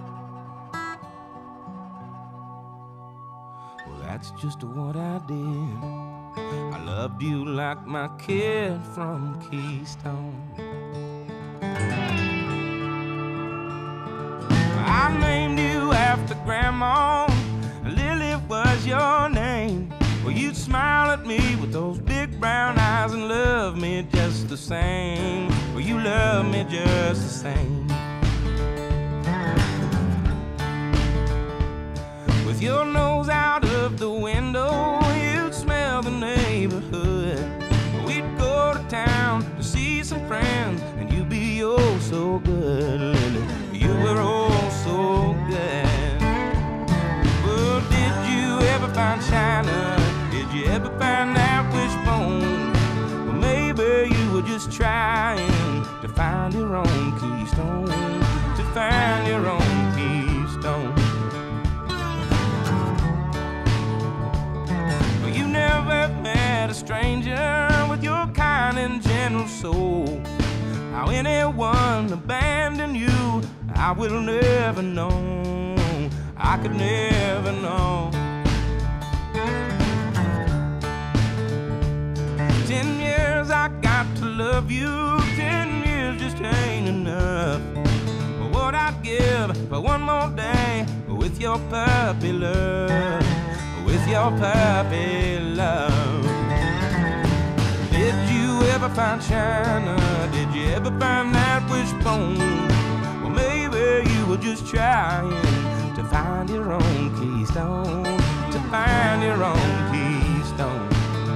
Well, that's just what I did. I loved you like my kid from Keystone. I named you after Grandma, Lily was your name. Well, you'd smile at me with those big brown eyes and love me just the same. Well, you love me just the same. With your nose out of the window, you'd smell the neighborhood. We'd go to town to see some friends, and you'd be oh so good, Lily. You were oh so good. Well, did you ever find China? Did you ever find that wishbone? Well, maybe you were just trying to find your own keystone, to find your own keystone. Well, you never met a stranger with your kind and gentle soul. How anyone abandoned you, I will never know. I could never know. 10 years I got to love you, 10 years just ain't enough. But what I'd give for one more day with your puppy love, with your puppy love. Did you ever find China? Did you ever find that wishbone? Well, maybe you were just trying to find your own keystone, to find your own keystone.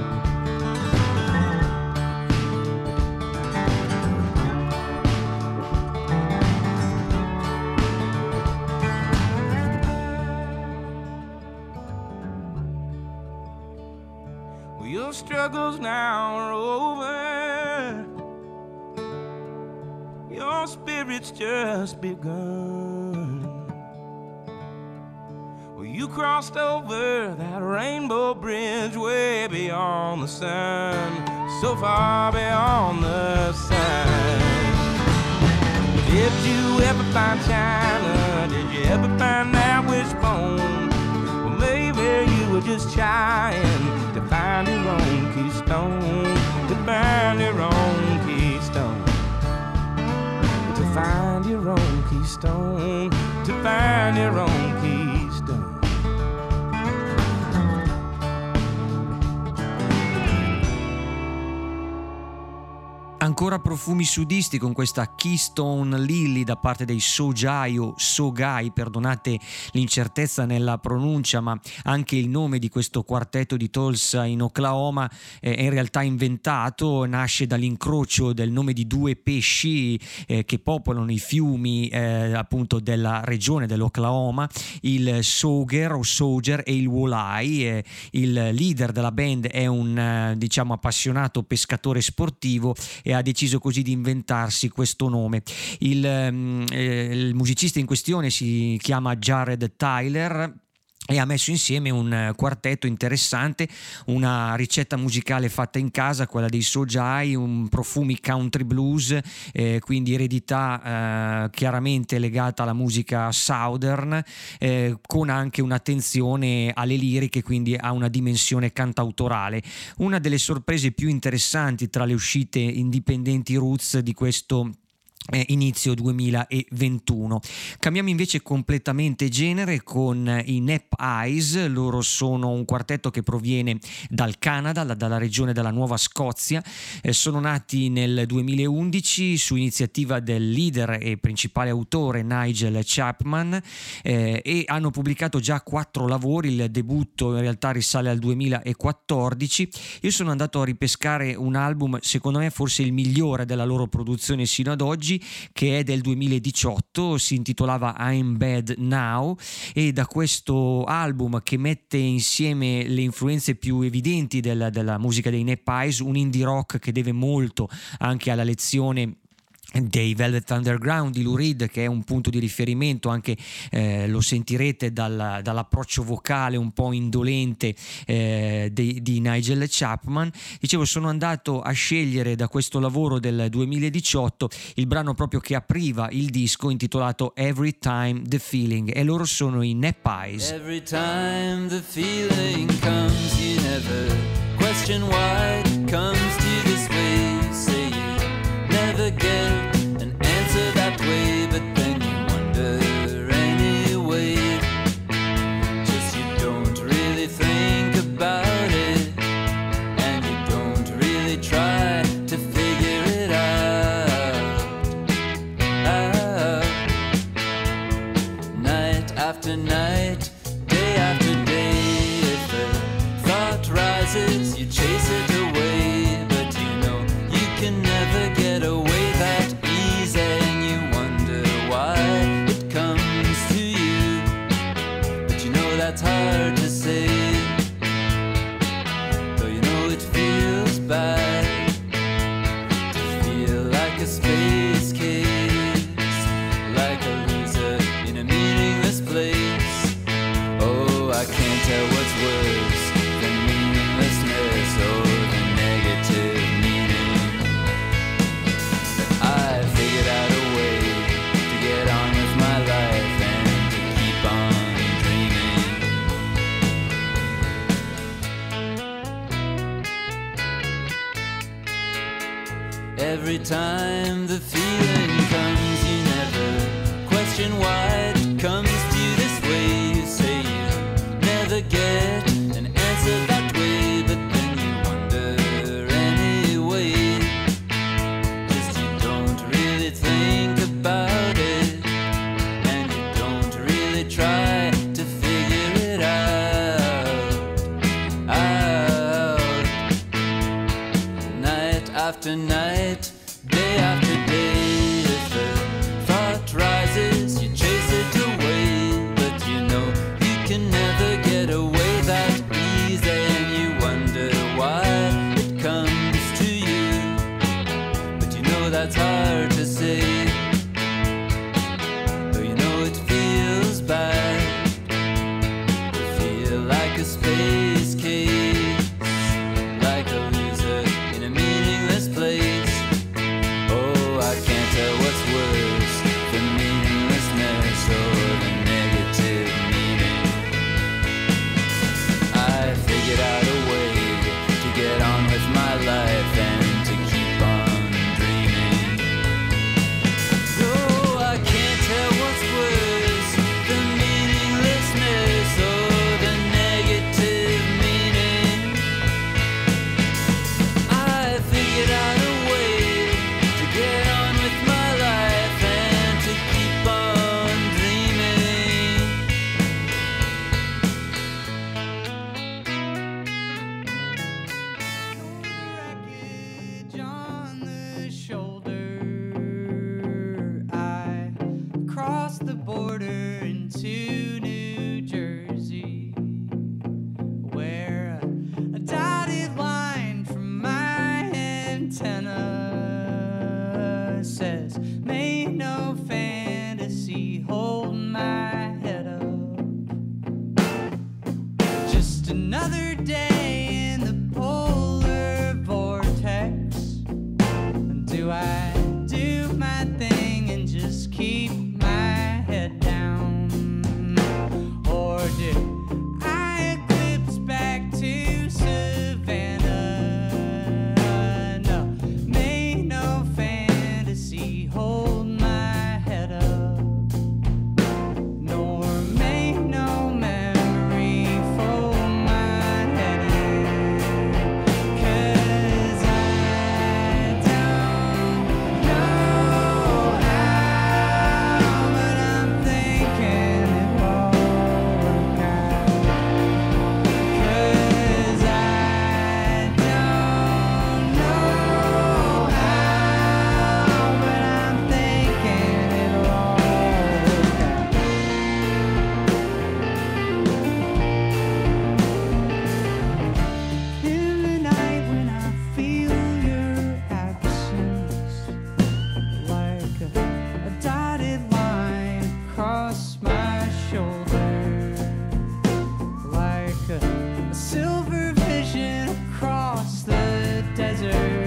Your struggles now are over. Your spirit's just begun. Well, you crossed over that rainbow bridge way beyond the sun, so far beyond the sun. Did you ever find China? Did you ever find that wishbone? Well, maybe you were just trying to find your own keystone, to find your own keystone, to find your own keystone, to find your own keystone. Ancora profumi sudisti con questa Keystone Lily da parte dei Sogai o Sogai, perdonate l'incertezza nella pronuncia, ma anche il nome di questo quartetto di Tulsa in Oklahoma è in realtà inventato, nasce dall'incrocio del nome di due pesci che popolano i fiumi appunto della regione dell'Oklahoma, il Sauger o Sauger e il Walleye. Il leader della band è un diciamo appassionato pescatore sportivo e ha deciso così di inventarsi questo nome. Il musicista in questione si chiama Jared Tyler e ha messo insieme un quartetto interessante, una ricetta musicale fatta in casa, quella dei Sogai, un profumi country blues, quindi eredità chiaramente legata alla musica southern, con anche un'attenzione alle liriche, quindi a una dimensione cantautorale. Una delle sorprese più interessanti tra le uscite indipendenti roots di questo inizio 2021. Cambiamo invece completamente genere con i Nap Eyes. Loro sono un quartetto che proviene dal Canada, dalla regione della Nuova Scozia. Sono nati nel 2011 su iniziativa del leader e principale autore Nigel Chapman e hanno pubblicato già 4 lavori. Il debutto in realtà risale al 2014. Io sono andato a ripescare un album, secondo me forse il migliore della loro produzione sino ad oggi, che è del 2018, si intitolava I'm Bad Now, e da questo album, che mette insieme le influenze più evidenti della musica dei Nap Eyes, un indie rock che deve molto anche alla lezione dei Velvet Underground di Lou Reed, che è un punto di riferimento anche, lo sentirete dall'approccio vocale un po' indolente di Nigel Chapman. Dicevo, sono andato a scegliere da questo lavoro del 2018 il brano proprio che apriva il disco, intitolato Every Time the Feeling, e loro sono i Neckpies. Every time the feeling comes, you never question why it comes to this way. You say you never get an answer that way, but then you wonder anyway. Just you don't really think about it, and you don't really try to figure it out. Night after night, day after day, if a thought rises, you chase it away, but you know you can never get away that easy, and you wonder why it comes to you, but you know that's hard to say, though you know it feels bad to feel like a space case, like a loser in a meaningless place. Oh, I can't tell what's worse, the meaninglessness or the negative meaning. I figured out a way to get on with my life and to keep on dreaming. Every time the feeling comes, you never question why it comes to you this way. You say you never get an answer that way, but then you wonder anyway. Just you don't really think about it, and you don't really try to figure it out. Night after night, day after day, if the thought rises, you chase it away, but you know you can never get away that easy, and you wonder why it comes to you, but you know that's hard to say, though you know it feels bad to feel like a space case, like a loser in a meaningless place. Oh, I can't tell what's worse, the meaninglessness or the negative meaning. I figured out a way to get on with my life and to keep on dreaming. Oh, I can't tell what's worse, the meaninglessness or the negative meaning. I figured out a way to get on with my life and to keep on dreaming. Wreckage on the shoulder, I crossed the border into New Jersey, where a dotted line from my antenna says, "May no fantasy hold my head up." Just another day in the polar vortex. Do I do my thing and just keep my head down? Or did I eclipse back to Savannah? No, may no fantasy hold my head up, nor may no memory fold my head a silver vision across the desert.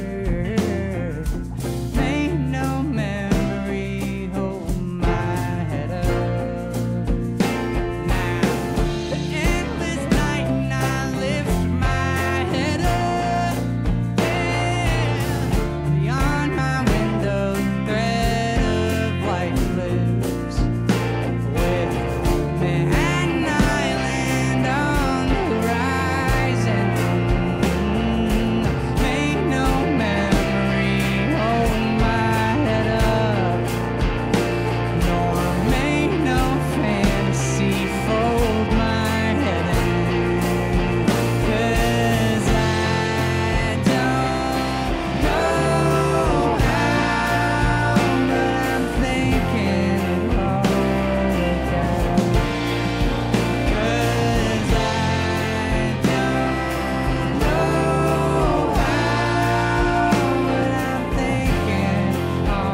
May no memory hold my head up. Now the endless night and I lift my head up. Yeah, beyond my window, thread of white lips. With Manhattan Island on the horizon. May no memory hold my head up, nor may no fantasy fold my head in. 'Cause I don't know how, but I'm thinking it all out. 'Cause I don't know how, but I'm thinking all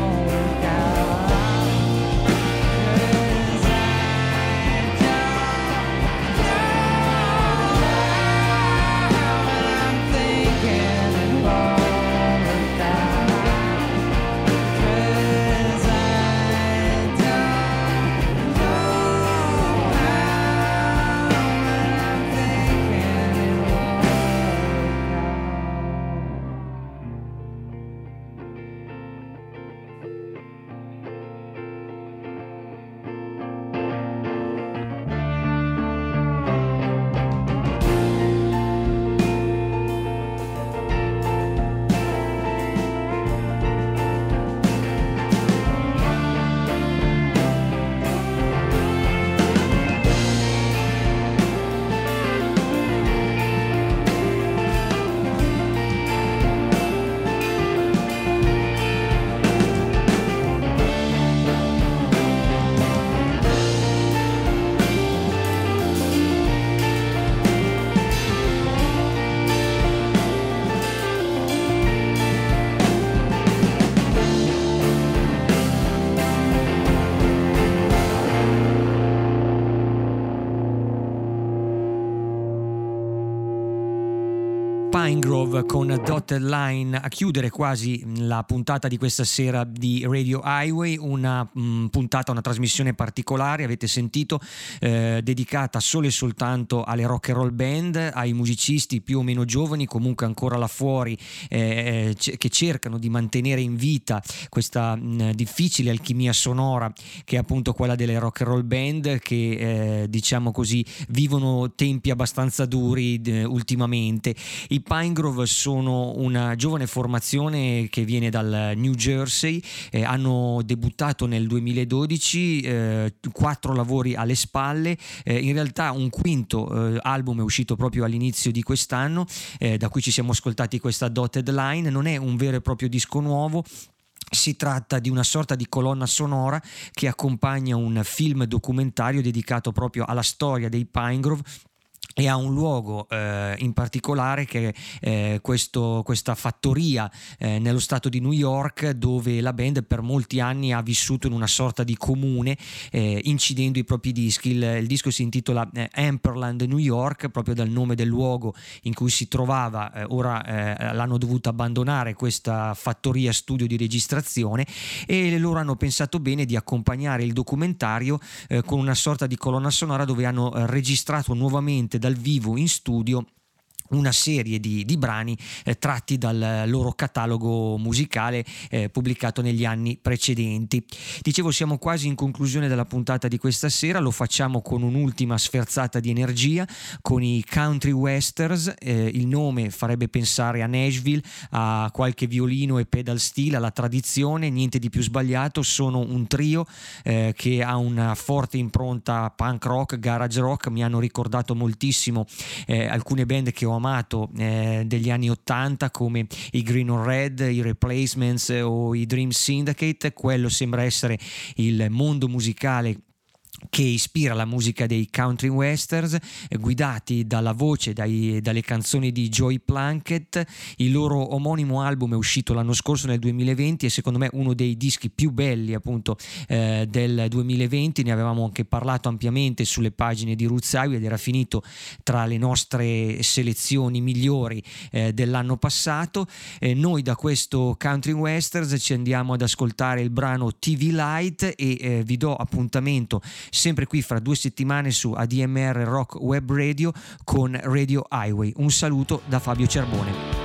Pinegrove con Dotted Line a chiudere quasi la puntata di questa sera di Radio Highway, una puntata, una trasmissione particolare, avete sentito, dedicata solo e soltanto alle rock and roll band, ai musicisti più o meno giovani, comunque ancora là fuori, che cercano di mantenere in vita questa difficile alchimia sonora che è appunto quella delle rock and roll band, che diciamo così vivono tempi abbastanza duri ultimamente. I Pinegrove sono una giovane formazione che viene dal New Jersey, hanno debuttato nel 2012, 4 lavori alle spalle, in realtà un quinto album è uscito proprio all'inizio di quest'anno, da cui ci siamo ascoltati questa Dotted Line. Non è un vero e proprio disco nuovo, si tratta di una sorta di colonna sonora che accompagna un film documentario dedicato proprio alla storia dei Pinegrove e ha un luogo in particolare che è questa fattoria nello stato di New York, dove la band per molti anni ha vissuto in una sorta di comune, incidendo i propri dischi. Il disco si intitola Amperland New York, proprio dal nome del luogo in cui si trovava. Ora l'hanno dovuto abbandonare questa fattoria studio di registrazione, e loro hanno pensato bene di accompagnare il documentario con una sorta di colonna sonora dove hanno registrato nuovamente dal vivo in studio una serie di brani tratti dal loro catalogo musicale pubblicato negli anni precedenti. Dicevo, siamo quasi in conclusione della puntata di questa sera, lo facciamo con un'ultima sferzata di energia con i Country Westerns. Il nome farebbe pensare a Nashville, a qualche violino e pedal steel, alla tradizione, niente di più sbagliato. Sono un trio che ha una forte impronta punk rock, garage rock. Mi hanno ricordato moltissimo alcune band che ho amato degli anni 80, come i Green on Red, i Replacements o i Dream Syndicate. Quello sembra essere il mondo musicale che ispira la musica dei country westerns, guidati dalla voce, dalle canzoni di Joey Plunkett. Il loro omonimo album è uscito l'anno scorso nel 2020 e secondo me uno dei dischi più belli appunto del 2020. Ne avevamo anche parlato ampiamente sulle pagine di Roots Highway ed era finito tra le nostre selezioni migliori dell'anno passato. Noi da questo country westerns ci andiamo ad ascoltare il brano TV Light e vi do appuntamento sempre qui fra 2 settimane su ADMR Rock Web Radio con Radio Highway. Un saluto da Fabio Cerbone.